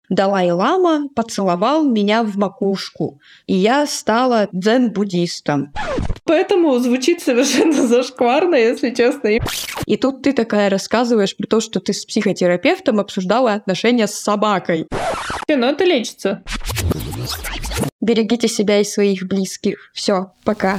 Далай-лама поцеловал меня в макушку, и я стала дзен-буддистом. Поэтому звучит совершенно зашкварно, если честно. И тут ты такая рассказываешь про то, что ты с психотерапевтом обсуждала отношения с собакой. Ну это лечится. Берегите себя и своих близких. Все, пока.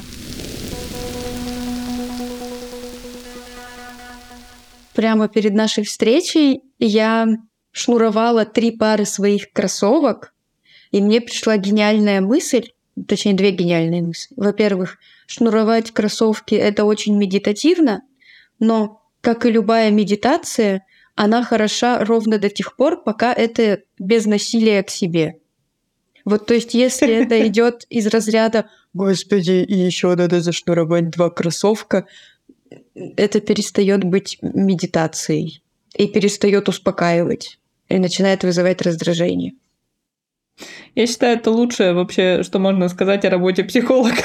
Прямо перед нашей встречей я шнуровала 3 пары своих кроссовок, и мне пришла гениальная мысль, точнее, 2 гениальные мысли. Во-первых, шнуровать кроссовки — это очень медитативно, но, как и любая медитация, она хороша ровно до тех пор, пока это без насилия к себе. Вот, то есть, если это идет из разряда «Господи, и еще надо зашнуровать 2 кроссовка», это перестает быть медитацией и перестает успокаивать, и начинает вызывать раздражение. Я считаю, это лучшее вообще, что можно сказать о работе психолога.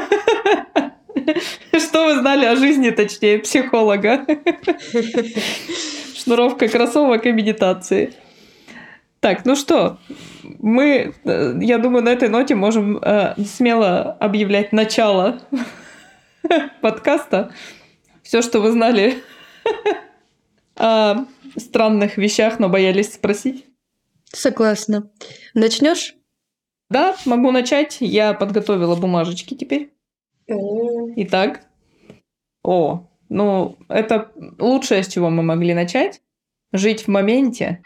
Что вы знали о жизни, точнее, психолога? Шнуровка кроссовок и медитации. Так, ну что, мы, я думаю, на этой ноте можем смело объявлять начало подкаста. Все, что вы знали о странных вещах, но боялись спросить. Согласна. Начнешь? Да, могу начать. Я подготовила бумажечки теперь. Итак. Ну, это лучшее, с чего мы могли начать. Жить в моменте.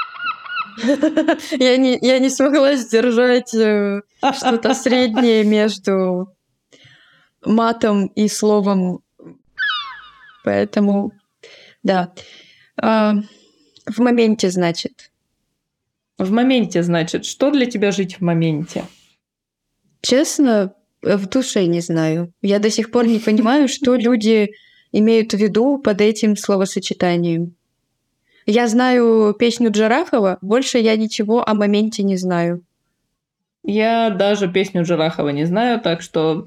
Я не смогла сдержать что-то среднее между матом и словом. Поэтому, да. В моменте, значит. В моменте, значит. Что для тебя жить в моменте? Честно, в душе не знаю. Я до сих пор не понимаю, что люди имеют в виду под этим словосочетанием. Я знаю песню Джарахова, больше я ничего о моменте не знаю. Я даже песню Джарахова не знаю, так что...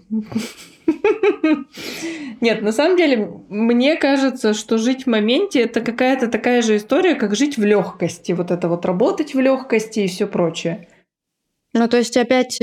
Нет, на самом деле, мне кажется, что жить в моменте — это какая-то такая же история, как жить в легкости. Вот это вот работать в легкости и все прочее. Ну, то есть опять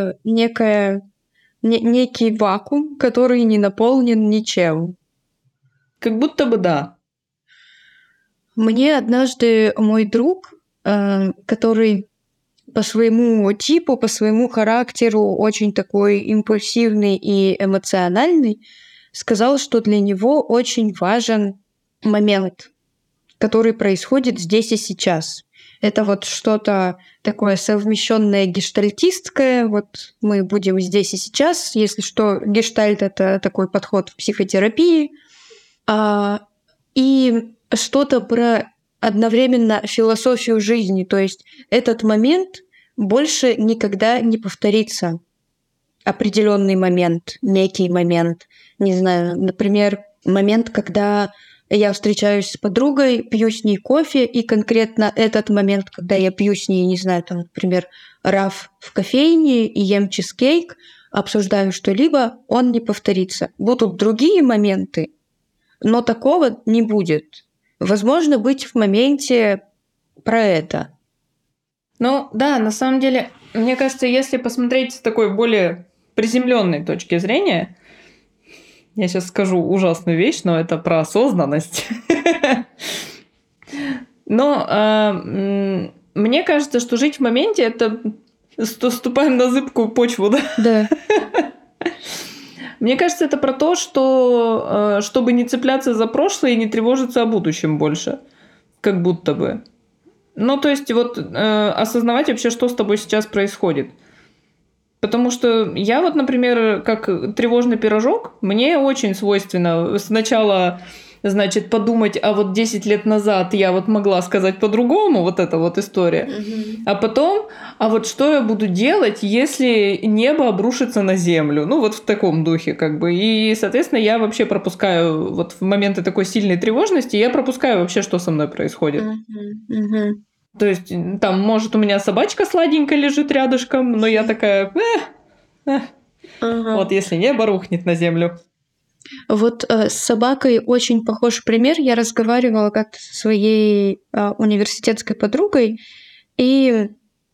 некий вакуум, который не наполнен ничем. Как будто бы да. Мне однажды мой друг, который по своему типу, по своему характеру очень такой импульсивный и эмоциональный, сказал, что для него очень важен момент, который происходит здесь и сейчас. Это вот что-то такое совмещенное гештальтистское. Вот мы будем здесь и сейчас. Если что, гештальт — это такой подход в психотерапии. И что-то про одновременно философию жизни. То есть этот момент больше никогда не повторится. Определенный момент, некий момент. Не знаю, например, момент, когда я встречаюсь с подругой, пью с ней кофе, и конкретно этот момент, когда я пью с ней, не знаю, там, например, раф в кофейне и ем чизкейк, обсуждаю что-либо, он не повторится. Будут другие моменты, но такого не будет. Возможно, быть в моменте про это. Ну да, на самом деле, мне кажется, если посмотреть с такой более приземленной точки зрения, я сейчас скажу ужасную вещь, но это про осознанность. Но мне кажется, что жить в моменте — это ступаем на зыбкую почву, да? Да. Мне кажется, это про то, что чтобы не цепляться за прошлое и не тревожиться о будущем больше. Как будто бы. Ну, то есть, вот осознавать вообще, что с тобой сейчас происходит. Потому что я вот, например, как тревожный пирожок, мне очень свойственно сначала, значит, подумать, а вот 10 лет назад я вот могла сказать по-другому, вот эта вот история. А потом, а вот что я буду делать, если небо обрушится на землю? Ну, вот в таком духе как бы. И, соответственно, я вообще пропускаю вот в моменты такой сильной тревожности, я пропускаю вообще, что со мной происходит. То есть, там, может, у меня собачка сладенькая лежит рядышком, но я такая, вот если небо рухнет на землю. Вот с собакой очень похож пример. Я разговаривала как-то со своей университетской подругой, И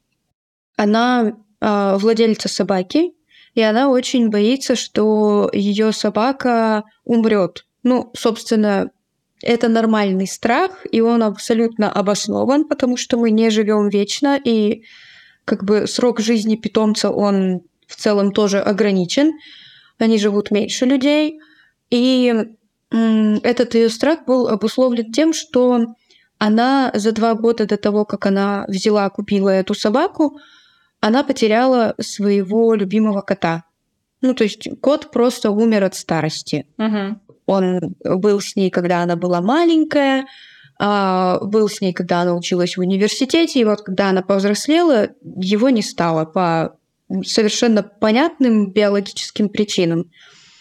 она владельца собаки, и она очень боится, что ее собака умрет. Ну, собственно, это нормальный страх, и он абсолютно обоснован, потому что мы не живем вечно, и как бы срок жизни питомца, он в целом тоже ограничен. Они живут меньше людей. И этот ее страх был обусловлен тем, что она за 2 года до того, как она купила эту собаку, она потеряла своего любимого кота. Ну, то есть кот просто умер от старости. Он был с ней, когда она была маленькая, был с ней, когда она училась в университете, и вот когда она повзрослела, его не стало по совершенно понятным биологическим причинам.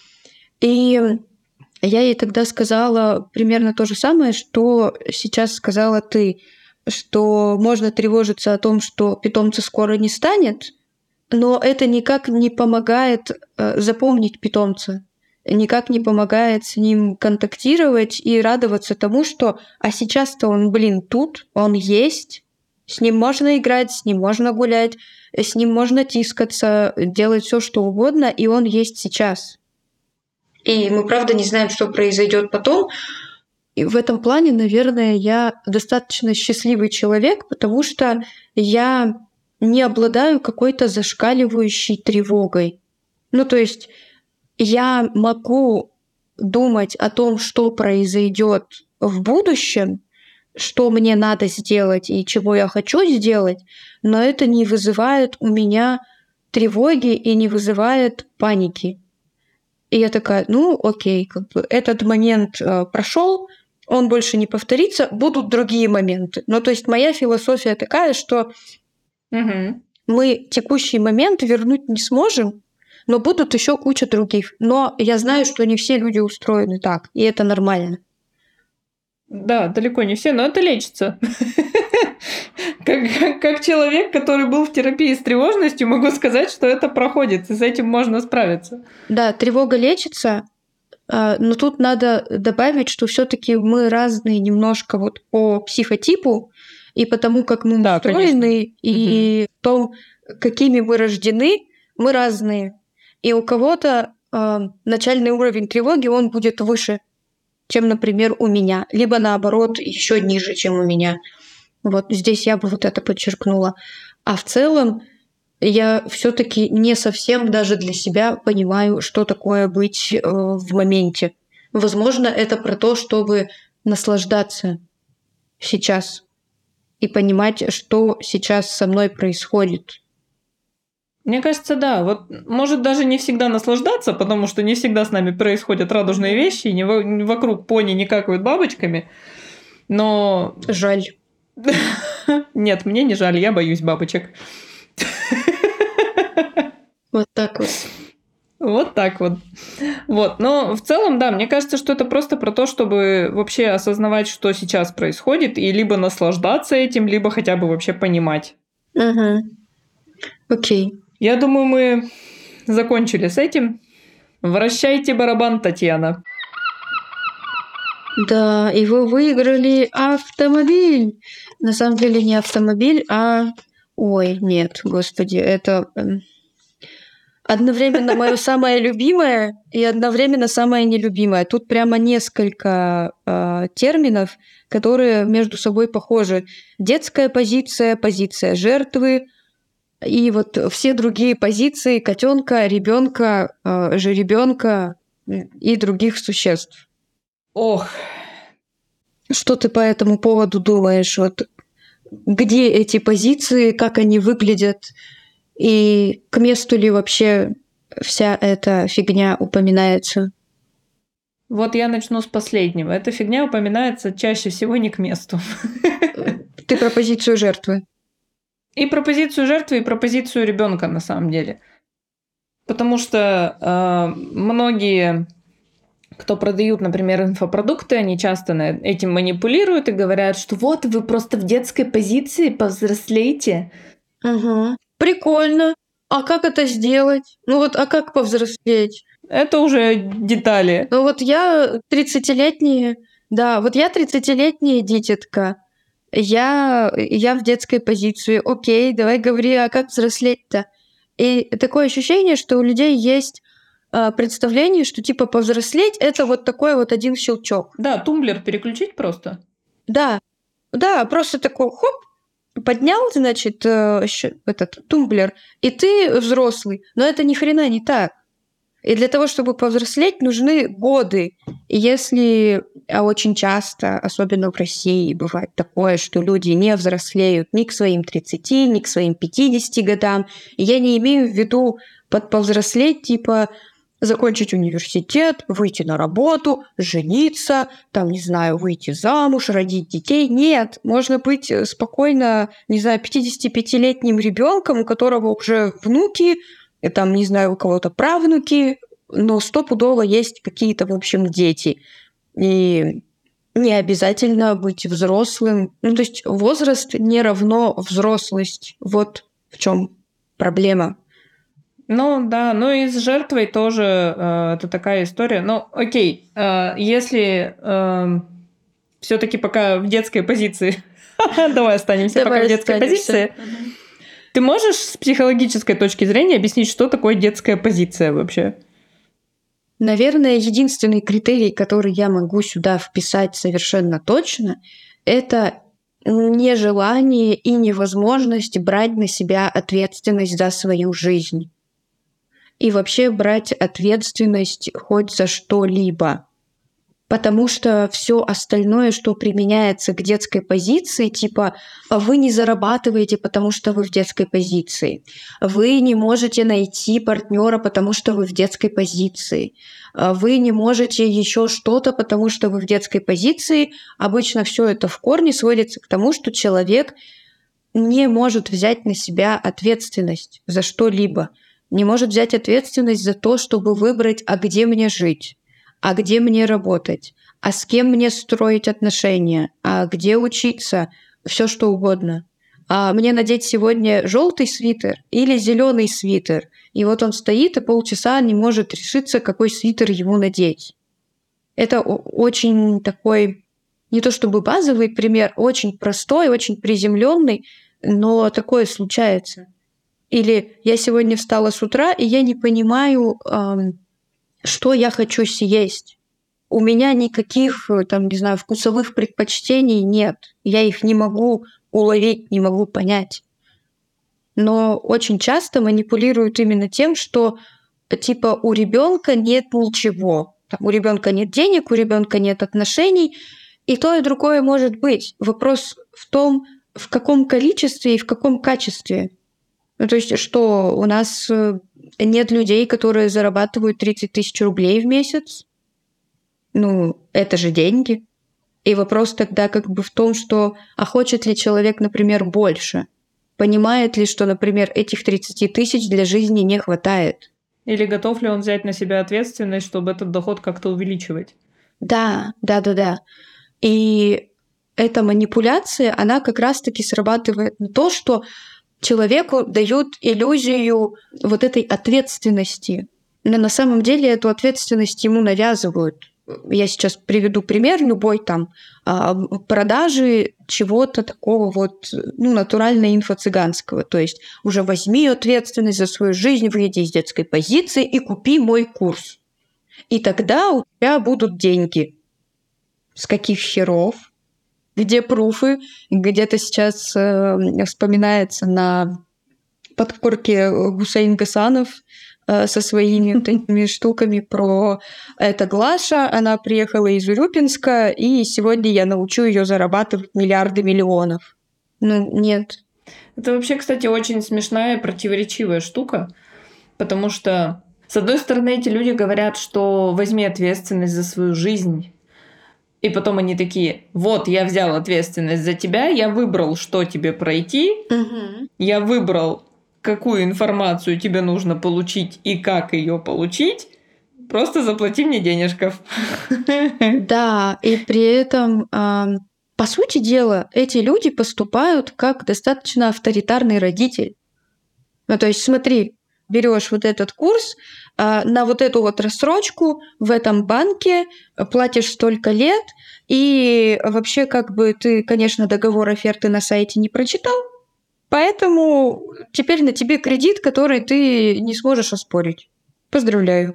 И я ей тогда сказала примерно то же самое, что сейчас сказала ты, что можно тревожиться о том, что питомца скоро не станет, но это никак не помогает запомнить питомца, никак не помогает с ним контактировать и радоваться тому, что а сейчас-то он, тут, он есть, с ним можно играть, с ним можно гулять, с ним можно тискаться, делать все, что угодно, и он есть сейчас. И мы, правда, не знаем, что произойдет потом. И в этом плане, наверное, я достаточно счастливый человек, потому что я не обладаю какой-то зашкаливающей тревогой. Ну, то есть я могу думать о том, что произойдет в будущем, что мне надо сделать и чего я хочу сделать, но это не вызывает у меня тревоги и не вызывает паники. И я такая, окей, этот момент прошел, он больше не повторится, будут другие моменты. Ну, то есть моя философия такая, что мы текущий момент вернуть не сможем, но будут еще куча других. Но я знаю, что не все люди устроены так, и это нормально. Да, далеко не все, но это лечится. Как человек, который был в терапии с тревожностью, могу сказать, что это проходит, и с этим можно справиться. Да, тревога лечится, но тут надо добавить, что все-таки мы разные немножко вот по психотипу и по тому, как мы устроены, и том, какими мы рождены, мы разные. И у кого-то начальный уровень тревоги, он будет выше, чем, например, у меня, либо наоборот, еще ниже, чем у меня. Вот здесь я бы вот это подчеркнула. А в целом я все-таки не совсем даже для себя понимаю, что такое быть в моменте. Возможно, это про то, чтобы наслаждаться сейчас и понимать, что сейчас со мной происходит. Мне кажется, да. Вот может даже не всегда наслаждаться, потому что не всегда с нами происходят радужные вещи, и не вокруг пони не какают бабочками. Но... Жаль. Нет, мне не жаль, я боюсь бабочек. Вот так вот. Вот так вот. Вот. Но в целом, да, мне кажется, что это просто про то, чтобы вообще осознавать, что сейчас происходит, и либо наслаждаться этим, либо хотя бы вообще понимать. Окей. Я думаю, мы закончили с этим. Вращайте барабан, Татьяна. Да, и вы выиграли автомобиль. На самом деле не автомобиль, а... Ой, нет, господи, это одновременно мое самое любимое и одновременно самое нелюбимое. Тут прямо несколько терминов, которые между собой похожи. Детская позиция, позиция жертвы, и вот все другие позиции котенка, ребенка, жеребенка и других существ. Ох. Что ты по этому поводу думаешь? Вот где эти позиции, как они выглядят, и к месту ли вообще вся эта фигня упоминается? Вот я начну с последнего. Эта фигня упоминается чаще всего не к месту. Ты про позицию жертвы. И про позицию жертвы, и про позицию ребенка на самом деле. Потому что многие, кто продают, например, инфопродукты, они часто этим манипулируют и говорят, что вот вы просто в детской позиции повзрослеете. Угу. Прикольно. А как это сделать? А как повзрослеть? Это уже детали. Я 30-летняя, да, вот я 30-летняя дитятка. я в детской позиции. Окей, давай говори, а как взрослеть-то? И такое ощущение, что у людей есть представление, что типа повзрослеть это вот такой вот один щелчок. Да, тумблер переключить просто. Да, да, просто такой хоп, поднял, значит, этот тумблер, и ты взрослый. Но это ни хрена не так. И для того, чтобы повзрослеть, нужны годы. И если очень часто, особенно в России, бывает такое, что люди не взрослеют ни к своим 30, ни к своим 50 годам. И я не имею в виду под повзрослеть, типа закончить университет, выйти на работу, жениться, там, не знаю, выйти замуж, родить детей. Нет, можно быть спокойно, не знаю, 55-летним ребенком, у которого уже внуки, и там, не знаю, у кого-то правнуки, но стопудово есть какие-то, в общем, дети. И не обязательно быть взрослым. Ну, то есть возраст не равно взрослость. Вот в чем проблема. Ну да, ну и с жертвой тоже это такая история. Ну окей, если все-таки пока в детской позиции, давай останемся пока в детской позиции. Ты можешь с психологической точки зрения объяснить, что такое детская позиция вообще? Наверное, единственный критерий, который я могу сюда вписать совершенно точно, это нежелание и невозможность брать на себя ответственность за свою жизнь. И вообще брать ответственность хоть за что-либо. Потому что все остальное, что применяется к детской позиции, типа вы не зарабатываете, потому что вы в детской позиции, вы не можете найти партнера, потому что вы в детской позиции, вы не можете еще что-то, потому что вы в детской позиции. Обычно все это в корне сводится к тому, что человек не может взять на себя ответственность за что-либо, не может взять ответственность за то, чтобы выбрать, а где мне жить, а где мне работать, а с кем мне строить отношения, а где учиться, все что угодно. А мне надеть сегодня желтый свитер или зеленый свитер. И вот он стоит и полчаса не может решиться, какой свитер ему надеть. Это очень такой, не то чтобы базовый пример, очень простой, очень приземленный, но такое случается. Или я сегодня встала с утра, и я не понимаю, что я хочу съесть. У меня никаких, там, не знаю, вкусовых предпочтений нет. Я их не могу уловить, не могу понять. Но очень часто манипулируют именно тем, что типа у ребенка нет ничего. Там, у ребенка нет денег, у ребенка нет отношений, и то, и другое может быть. Вопрос в том, в каком количестве и в каком качестве. Ну, то есть, что у нас нет людей, которые зарабатывают 30 тысяч рублей в месяц. Ну, это же деньги. И вопрос тогда как бы в том, что, а хочет ли человек, например, больше? Понимает ли, что, например, этих 30 тысяч для жизни не хватает? Или готов ли он взять на себя ответственность, чтобы этот доход как-то увеличивать? Да. И эта манипуляция, она как раз-таки срабатывает на то, что человеку дают иллюзию вот этой ответственности. Но на самом деле эту ответственность ему навязывают. Я сейчас приведу пример любой там продажи чего-то такого вот, ну, натурально инфо-цыганского. То есть уже возьми ответственность за свою жизнь, выйди из детской позиции и купи мой курс. И тогда у тебя будут деньги. С каких херов? Где пруфы? Где-то сейчас вспоминается на подкорке Гусейн Гасанов со своими такими штуками про это Глаша. Она приехала из Урюпинска, и сегодня я научу ее зарабатывать миллиарды миллионов. Ну, нет. Это вообще, кстати, очень смешная и противоречивая штука, потому что, с одной стороны, эти люди говорят, что возьми ответственность за свою жизнь, и потом они такие, вот, я взял ответственность за тебя, я выбрал, что тебе пройти, я выбрал, какую информацию тебе нужно получить и как ее получить, просто заплати мне денежков. Да, и при этом, по сути дела, эти люди поступают как достаточно авторитарный родитель. Ну, то есть, смотри, берешь вот этот курс на вот эту вот рассрочку в этом банке, платишь столько лет, и вообще как бы ты, конечно, договор оферты на сайте не прочитал, поэтому теперь на тебе кредит, который ты не сможешь оспорить. Поздравляю.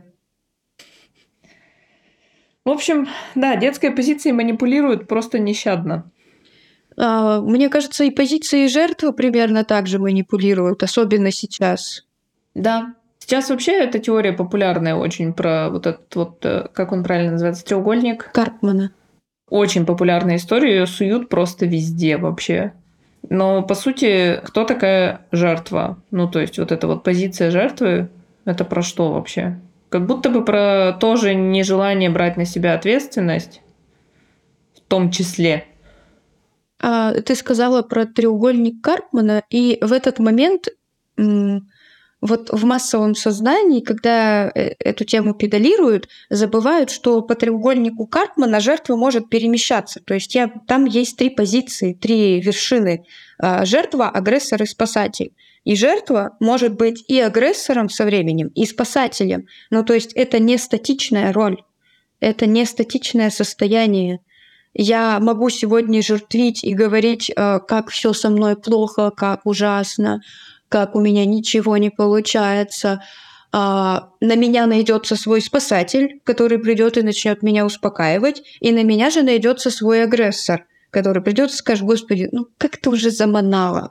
В общем, да, детской позицией манипулируют просто нещадно. Мне кажется, и позиции жертвы примерно так же манипулируют, особенно сейчас. Да. Сейчас вообще эта теория популярная очень про вот этот вот, как он правильно называется, треугольник. Карпмана. Очень популярная история, ее суют просто везде вообще. Но, по сути, кто такая жертва? Ну, то есть, вот эта вот позиция жертвы, это про что вообще? Как будто бы про тоже нежелание брать на себя ответственность, в том числе. Ты сказала про треугольник Карпмана, и в этот момент вот в массовом сознании, когда эту тему педалируют, забывают, что по треугольнику Карпмана жертва может перемещаться. То есть там есть 3 позиции, 3 вершины. Жертва, агрессор и спасатель. И жертва может быть и агрессором со временем, и спасателем. Ну, то есть это не статичная роль, это не статичное состояние. Я могу сегодня жертвить и говорить, как все со мной плохо, как ужасно, как у меня ничего не получается. На меня найдется свой спасатель, который придет и начнет меня успокаивать, и на меня же найдется свой агрессор, который придет и скажет: Господи, ну как ты уже заманала?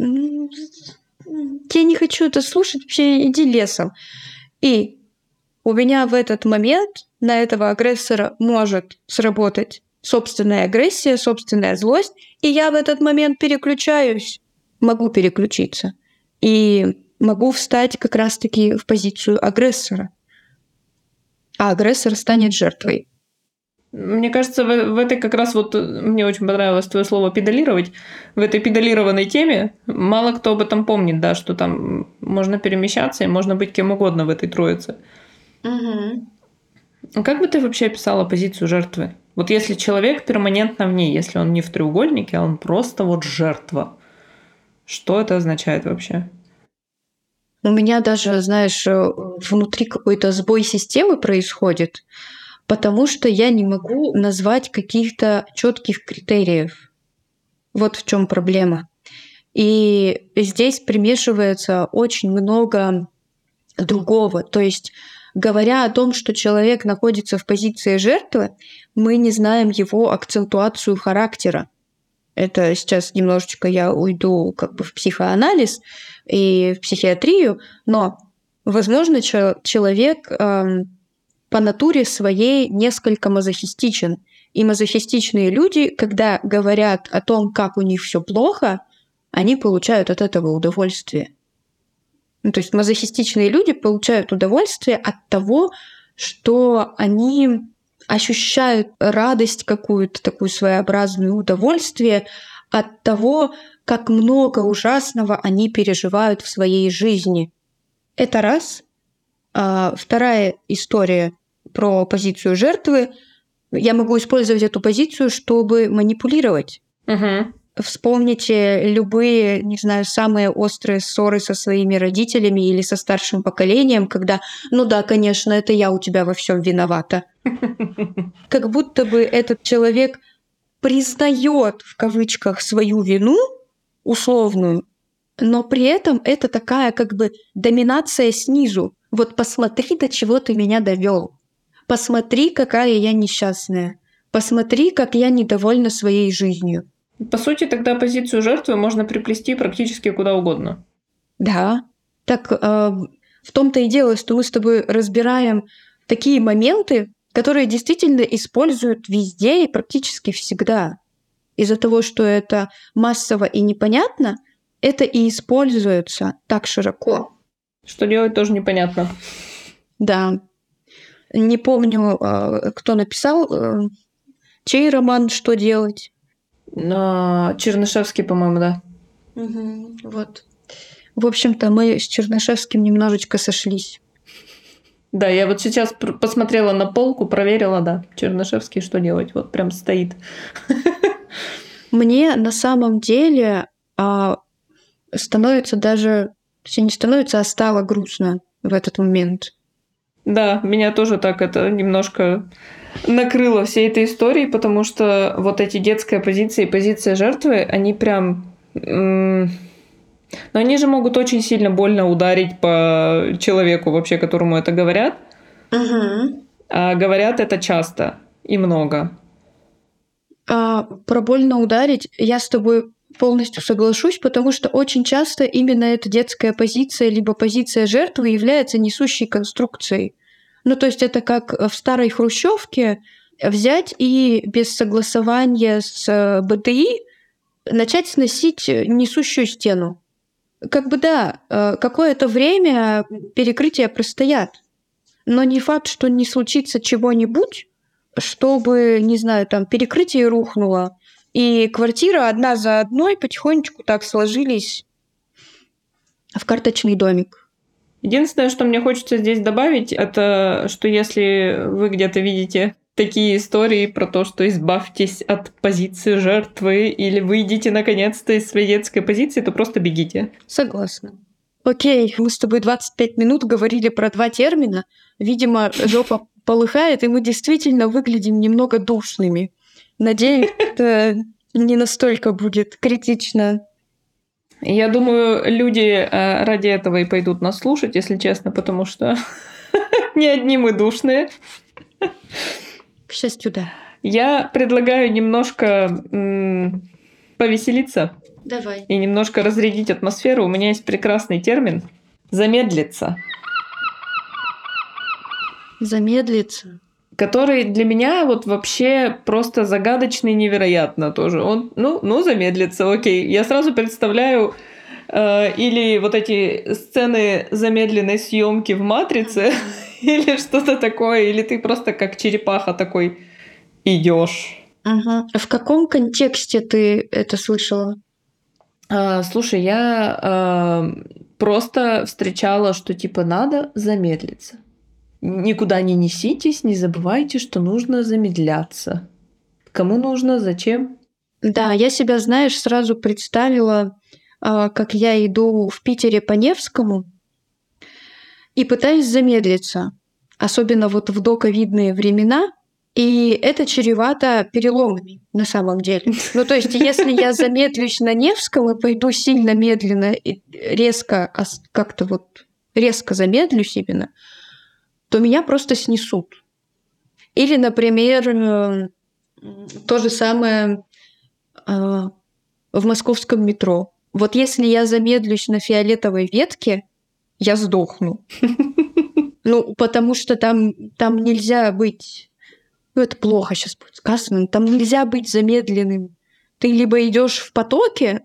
Я не хочу это слушать, вообще иди лесом. И у меня в этот момент на этого агрессора может сработать собственная агрессия, собственная злость, и я в этот момент переключаюсь, могу переключиться, и могу встать как раз-таки в позицию агрессора, а агрессор станет жертвой. Мне кажется, в этой как раз вот мне очень понравилось твое слово «педалировать». В этой педалированной теме мало кто об этом помнит, да, что там можно перемещаться и можно быть кем угодно в этой троице. Как бы ты вообще описала позицию жертвы? Вот если человек перманентно в ней, если он не в треугольнике, а он просто вот жертва, что это означает вообще? У меня даже, знаешь, внутри какой-то сбой системы происходит, потому что я не могу назвать каких-то четких критериев. Вот в чем проблема. И здесь примешивается очень много другого. То есть, говоря о том, что человек находится в позиции жертвы, мы не знаем его акцентуацию характера. Это сейчас немножечко я уйду как бы в психоанализ и в психиатрию, но, возможно, человек по натуре своей несколько мазохистичен. И мазохистичные люди, когда говорят о том, как у них все плохо, они получают от этого удовольствие. Ну, то есть мазохистичные люди получают удовольствие от того, что они ощущают радость какую-то, такую своеобразную удовольствие от того, как много ужасного они переживают в своей жизни. Это раз. Вторая история про позицию жертвы. Я могу использовать эту позицию, чтобы манипулировать. Угу. Вспомните любые, не знаю, самые острые ссоры со своими родителями или со старшим поколением, когда, ну да, конечно, это я у тебя во всем виновата. Как будто бы этот человек признает в кавычках свою вину условную, но при этом это такая как бы доминация снизу. Вот посмотри, до чего ты меня довел. Посмотри, какая я несчастная. Посмотри, как я недовольна своей жизнью. По сути, тогда позицию жертвы можно приплести практически куда угодно. Да. Так в том-то и дело, что мы с тобой разбираем такие моменты, которые действительно используют везде и практически всегда. Из-за того, что это массово и непонятно, это и используется так широко. Что делать, тоже непонятно. Да. Не помню, кто написал, чей роман «Что делать». Чернышевский, по-моему, да. Угу, вот. В общем-то, мы с Чернышевским немножечко сошлись. Да, я вот сейчас посмотрела на полку, проверила, да, Чернышевский «Что делать?» Вот прям стоит. Мне на самом деле становится даже есть не становится, а стало грустно в этот момент. Да, меня тоже так это немножко накрыло всей этой историей, потому что вот эти детская позиция и позиция жертвы, они прям... Но они же могут очень сильно больно ударить по человеку вообще, которому это говорят. А говорят это часто и много. Про больно ударить я с тобой полностью соглашусь, потому что очень часто именно эта детская позиция либо позиция жертвы является несущей конструкцией. Ну, то есть это как в старой хрущевке взять и без согласования с БТИ начать сносить несущую стену. Как бы да, какое-то время перекрытия простоят, но не факт, что не случится чего-нибудь, чтобы, не знаю, там перекрытие рухнуло, и квартиры одна за одной потихонечку так сложились в карточный домик. Единственное, что мне хочется здесь добавить, это что если вы где-то видите такие истории про то, что избавьтесь от позиции жертвы или выйдите наконец-то из своей детской позиции, то просто бегите. Согласна. Окей, мы с тобой 25 минут говорили про 2 термина. Видимо, жопа полыхает, и мы действительно выглядим немного душными. Надеюсь, это не настолько будет критично. Я думаю, люди ради этого и пойдут нас слушать, если честно, потому что не одни мы душные. К счастью, да. Я предлагаю немножко повеселиться. Давай. И немножко разрядить атмосферу. У меня есть прекрасный термин «замедлиться». Замедлиться. Который для меня вот вообще просто загадочный невероятно тоже. Он, замедлится, окей. Я сразу представляю или вот эти сцены замедленной съемки в «Матрице», или что-то такое, или ты просто как черепаха такой идешь. В каком контексте ты это слышала? Слушай, я просто встречала, что типа надо замедлиться. Никуда не неситесь, не забывайте, что нужно замедляться. Кому нужно, зачем? Да, я себя, знаешь, сразу представила, как я иду в Питере по Невскому и пытаюсь замедлиться, особенно вот в доковидные времена, и это чревато переломами на самом деле. Ну, то есть, если я замедлюсь на Невском и пойду сильно медленно и резко, как-то вот резко замедлюсь именно, то меня просто снесут. Или, например, то же самое в московском метро. Вот если я замедлюсь на фиолетовой ветке, я сдохну. Ну, потому что там нельзя быть... Ну, это плохо сейчас будет сказано. Там нельзя быть замедленным. Ты либо идешь в потоке,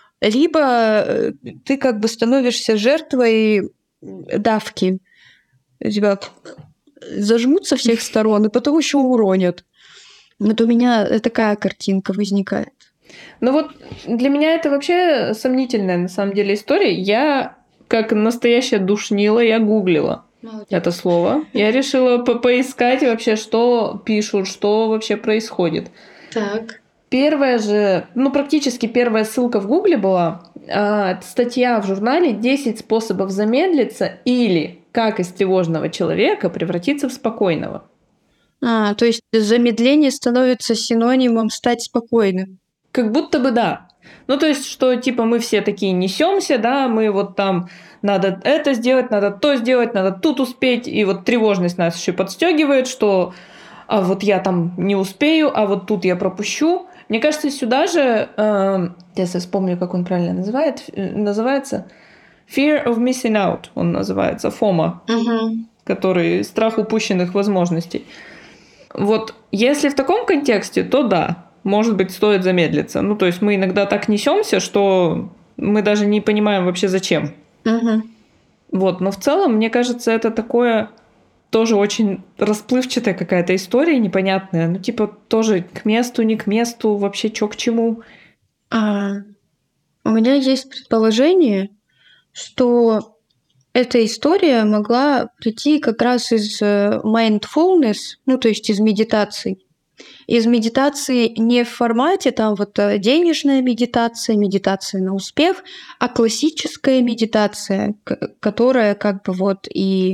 либо ты как бы становишься жертвой давки. Тебя зажмут со всех сторон, и потом еще уронят. Вот у меня такая картинка возникает. Ну вот для меня это вообще сомнительная на самом деле история. Я, как настоящая душнила, я гуглила это слово. Я решила поискать вообще, что пишут, что вообще происходит. Так. Первая же, практически первая ссылка в Гугле была статья в журнале «10 способов замедлиться» или «Как из тревожного человека превратиться в спокойного». То есть замедление становится синонимом стать спокойным. Как будто бы да. Ну, то есть, что типа мы все такие несемся, да, мы вот там надо это сделать, надо то сделать, надо тут успеть, и вот тревожность нас еще подстегивает, что а вот я там не успею, а вот тут я пропущу. Мне кажется, сюда же, сейчас я вспомню, как он правильно называется, Fear of Missing Out, он называется, FOMO, который страх упущенных возможностей. Вот если в таком контексте, то да, может быть, стоит замедлиться. Ну, то есть мы иногда так несемся, что мы даже не понимаем вообще зачем. Вот, но в целом, мне кажется, это такое тоже очень расплывчатая какая-то история непонятная. Ну, типа, тоже к месту, не к месту, вообще чё к чему. У меня есть предположение, что эта история могла прийти как раз из mindfulness, ну, то есть из медитаций. из медитации не в формате там вот денежная медитация, медитация на успех, а классическая медитация, которая как бы вот и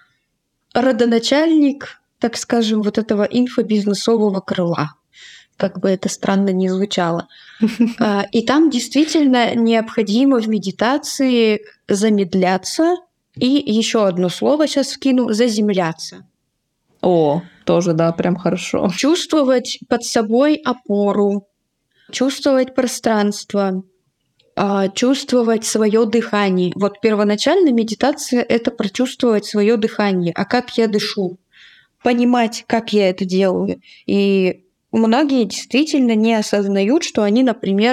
родоначальник, так скажем, вот этого инфобизнесового крыла, как бы это странно ни звучало. И там действительно необходимо в медитации замедляться, и еще одно слово сейчас вкину — заземляться. О, тоже, да, прям хорошо. Чувствовать под собой опору, чувствовать пространство, чувствовать свое дыхание. Вот первоначально медитация — это прочувствовать свое дыхание. А как я дышу? Понимать, как я это делаю. И многие действительно не осознают, что они, например,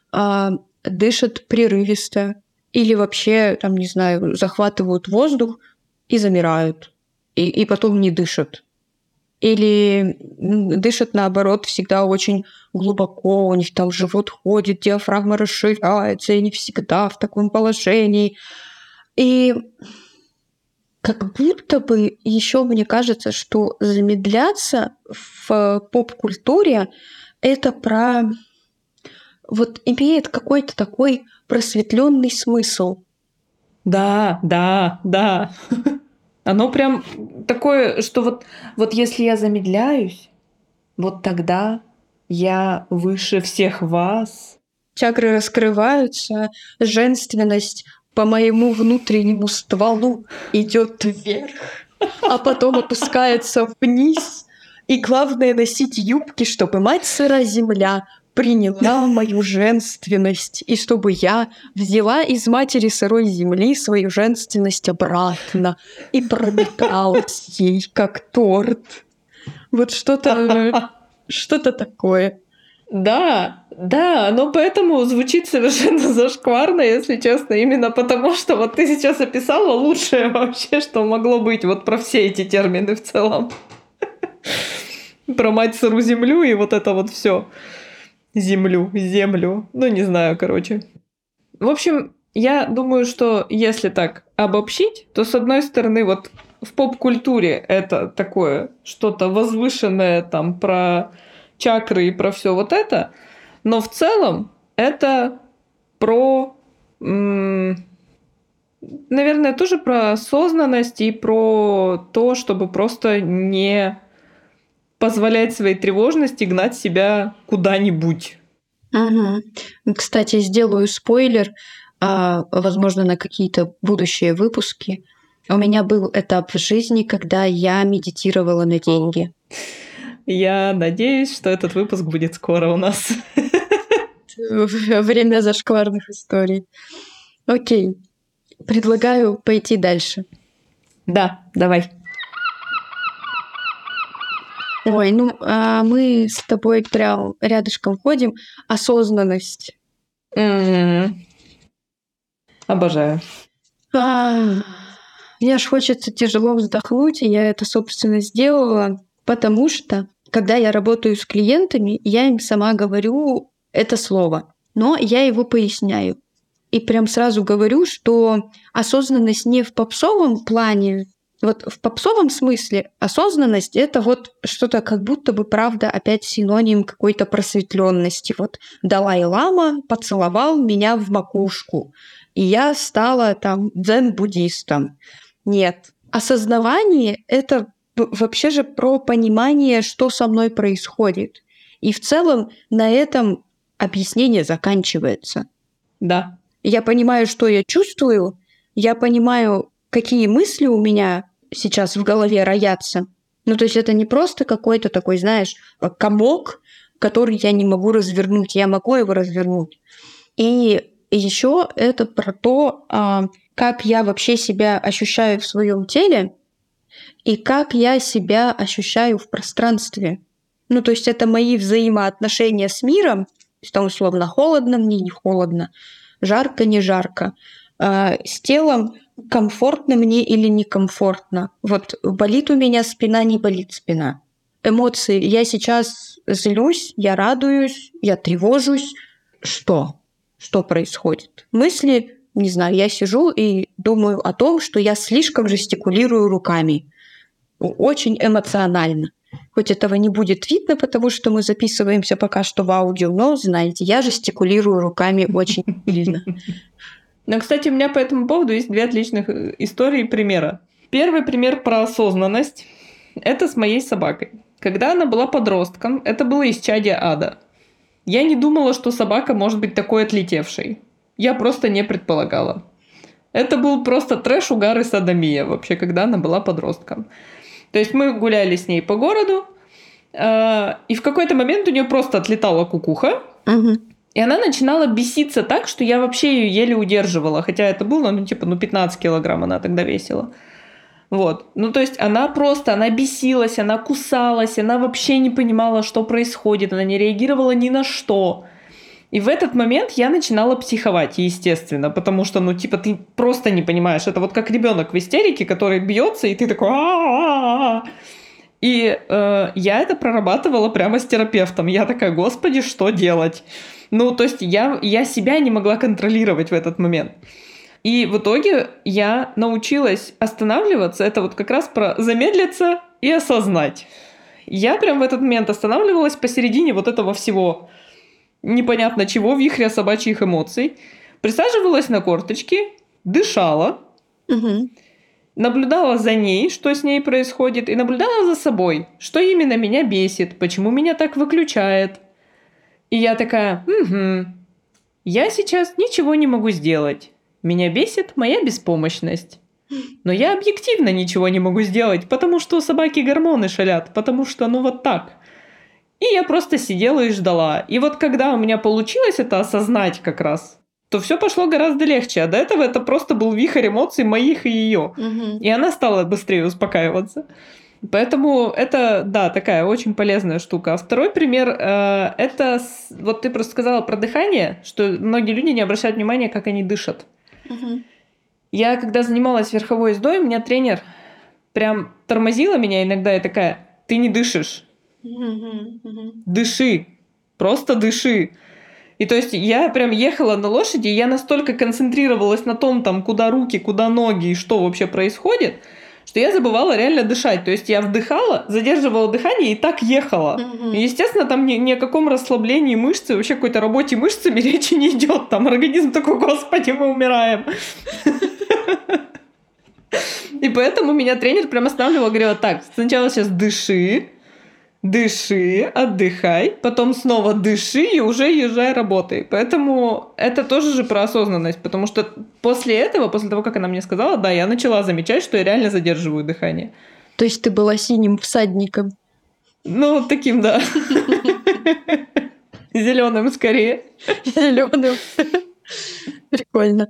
дышат прерывисто или вообще, там, не знаю, захватывают воздух и замирают, и потом не дышат. Или дышат, наоборот, всегда очень глубоко, у них там живот ходит, диафрагма расширяется, и не всегда в таком положении. И как будто бы еще мне кажется, что замедляться в поп-культуре — это про... Вот имеет какой-то такой просветленный смысл. Да, да, да. Оно прям такое, что вот если я замедляюсь, вот тогда я выше всех вас. Чакры раскрываются, женственность по моему внутреннему стволу идет вверх, а потом опускается вниз. И главное — носить юбки, чтобы мать сыра земля приняла мою женственность, и чтобы я взяла из матери сырой земли свою женственность обратно и пропиталась ей, как торт. Вот что-то такое. Да, да, оно поэтому звучит совершенно зашкварно, если честно, именно потому, что вот ты сейчас описала лучшее вообще, что могло быть вот про все эти термины в целом. Про мать сыру землю и вот это вот все. Землю. Ну, не знаю, короче. В общем, я думаю, что если так обобщить, то, с одной стороны, вот в поп-культуре это такое что-то возвышенное там про чакры и про все вот это, но в целом это про, наверное, тоже про осознанность и про то, чтобы просто не позволять своей тревожности гнать себя куда-нибудь. Угу. Кстати, сделаю спойлер, возможно, на какие-то будущие выпуски. У меня был этап в жизни, когда я медитировала на деньги. Я надеюсь, что этот выпуск будет скоро у нас. Время зашкварных историй. Окей. Предлагаю пойти дальше. Да, давай. Ой, мы с тобой прям рядышком ходим. Осознанность. Обожаю. Мне аж хочется тяжело вздохнуть, и я это, собственно, сделала, потому что, когда я работаю с клиентами, я им сама говорю это слово, но я его поясняю. И прям сразу говорю, что осознанность не в попсовом плане. Вот в попсовом смысле осознанность — это вот что-то как будто бы, правда, опять синоним какой-то просветленности. Вот Далай-лама поцеловал меня в макушку, и я стала там дзен-буддистом. Нет. Осознавание — это вообще же про понимание, что со мной происходит. И в целом на этом объяснение заканчивается. Да. Я понимаю, что я чувствую, я понимаю, какие мысли у меня сейчас в голове роятся. Ну, то есть это не просто какой-то такой, знаешь, комок, который я не могу развернуть. Я могу его развернуть. И еще это про то, как я вообще себя ощущаю в своем теле и как я себя ощущаю в пространстве. Ну, то есть это мои взаимоотношения с миром, то есть там условно холодно мне, не холодно, жарко, не жарко, с телом комфортно мне или некомфортно. Вот болит у меня спина, не болит спина. Эмоции. Я сейчас злюсь, я радуюсь, я тревожусь. Что? Что происходит? Мысли, не знаю, я сижу и думаю о том, что я слишком жестикулирую руками. Очень эмоционально. Хоть этого не будет видно, потому что мы записываемся пока что в аудио, но, знаете, я жестикулирую руками очень сильно. Но, кстати, у меня по этому поводу есть 2 отличных истории и примера. Первый пример про осознанность. Это с моей собакой. Когда она была подростком, это было исчадие ада. Я не думала, что собака может быть такой отлетевшей. Я просто не предполагала. Это был просто трэш, угар и садомия вообще, когда она была подростком. То есть мы гуляли с ней по городу, и в какой-то момент у нее просто отлетала кукуха, и она начинала беситься так, что я вообще ее еле удерживала, хотя это было, 15 килограмм она тогда весила. Вот. То есть она бесилась, она кусалась, она вообще не понимала, что происходит, она не реагировала ни на что. И в этот момент я начинала психовать, естественно, потому что, ты просто не понимаешь. Это вот как ребенок в истерике, который бьется, и ты такой а-а-а-а. И я это прорабатывала прямо с терапевтом. Я такая, господи, что делать? То есть я себя не могла контролировать в этот момент. И в итоге я научилась останавливаться. Это вот как раз про замедлиться и осознать. Я прям в этот момент останавливалась посередине вот этого всего непонятно чего, вихря собачьих эмоций, присаживалась на корточки, дышала, наблюдала за ней, что с ней происходит, и наблюдала за собой, что именно меня бесит, почему меня так выключает. И я такая, я сейчас ничего не могу сделать. Меня бесит моя беспомощность. Но я объективно ничего не могу сделать, потому что у собаки гормоны шалят, потому что вот так. И я просто сидела и ждала. И вот когда у меня получилось это осознать как раз, то все пошло гораздо легче. А до этого это просто был вихрь эмоций моих и ее. И она стала быстрее успокаиваться. Поэтому это, да, такая очень полезная штука. А второй пример, это, вот ты просто сказала про дыхание, что многие люди не обращают внимания, как они дышат. Я, когда занималась верховой ездой, у меня тренер прям тормозила меня иногда и такая, ты не дышишь. Дыши, просто дыши. И то есть я прям ехала на лошади, и я настолько концентрировалась на том, куда руки, куда ноги и что вообще происходит, что я забывала реально дышать. То есть я вдыхала, задерживала дыхание и так ехала. И, естественно, там ни о каком расслаблении мышцы, вообще какой-то работе мышцами речи не идет. Там организм такой, господи, мы умираем. И поэтому меня тренер прям останавливал, говорила, так, сначала сейчас дыши, отдыхай, потом снова дыши и уже езжай, работай. Поэтому это тоже же про осознанность, потому что после того, как она мне сказала, да, я начала замечать, что я реально задерживаю дыхание. То есть ты была синим всадником? Таким, да. Зеленым скорее. Зеленым. Прикольно.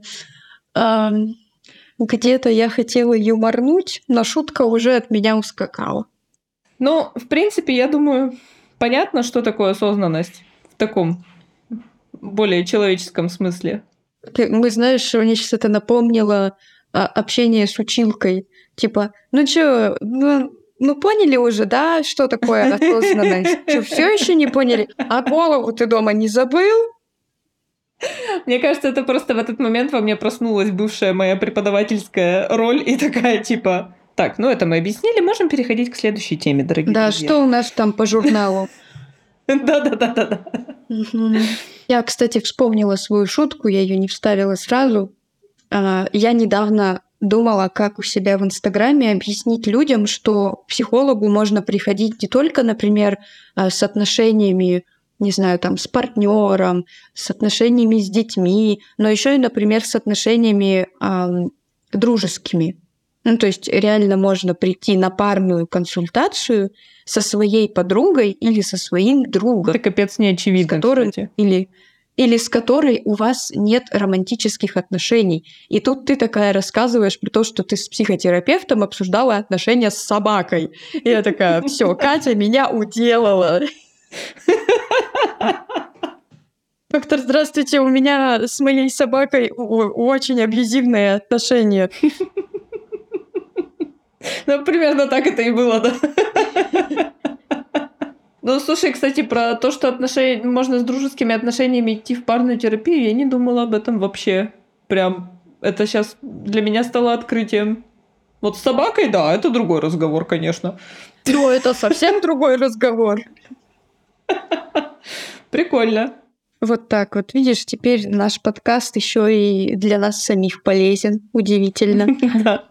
Где-то я хотела юморнуть, но шутка уже от меня ускакала. В принципе, я думаю, понятно, что такое осознанность в таком более человеческом смысле. Мы, знаешь, мне сейчас это напомнило общение с училкой. Типа, поняли уже, да, что такое осознанность? Что, все еще не поняли? А голову ты дома не забыл? Мне кажется, это просто в этот момент во мне проснулась бывшая моя преподавательская роль и такая, типа... Так, это мы объяснили, можем переходить к следующей теме, дорогие друзья. Да, что у нас там по журналу? Да. Я, кстати, вспомнила свою шутку, я ее не вставила сразу. Я недавно думала, как у себя в Инстаграме объяснить людям, что к психологу можно приходить не только, например, с отношениями, не знаю, с партнером, с отношениями с детьми, но еще и, например, с отношениями дружескими. То есть реально можно прийти на парную консультацию со своей подругой или со своим другом. Это капец не очевидно, кстати. Или с которой у вас нет романтических отношений. И тут ты такая рассказываешь про то, что ты с психотерапевтом обсуждала отношения с собакой. И я такая, все, Катя меня уделала. Доктор, здравствуйте, у меня с моей собакой очень абьюзивные отношения. Примерно так это и было, да. Слушай, кстати, про то, что можно с дружескими отношениями идти в парную терапию, я не думала об этом вообще. Прям это сейчас для меня стало открытием. Вот с собакой, да, это другой разговор, конечно. Ну, это совсем другой разговор. Прикольно. Вот так вот. Видишь, теперь наш подкаст еще и для нас самих полезен. Удивительно. Да.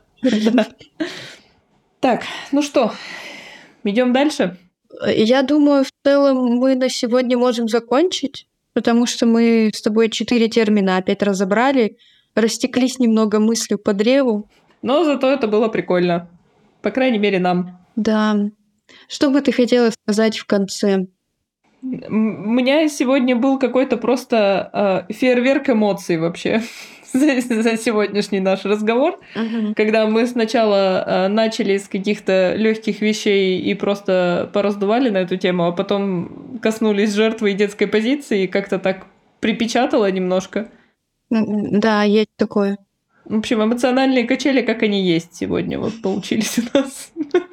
Так, ну что, идем дальше? Я думаю, в целом мы на сегодня можем закончить, потому что мы с тобой 4 термина опять разобрали, растеклись немного мыслью по древу. Но зато это было прикольно. По крайней мере, нам. Да. Что бы ты хотела сказать в конце? У меня сегодня был какой-то просто фейерверк эмоций вообще за сегодняшний наш разговор. Когда мы сначала начали с каких-то легких вещей и просто пораздували на эту тему, а потом коснулись жертвы и детской позиции, и как-то так припечатало немножко. Да, есть такое. В общем, эмоциональные качели, как они есть сегодня, вот получились у нас.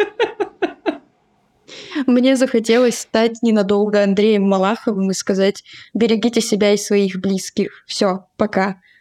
Мне захотелось стать ненадолго Андреем Малаховым и сказать: берегите себя и своих близких. Все, пока.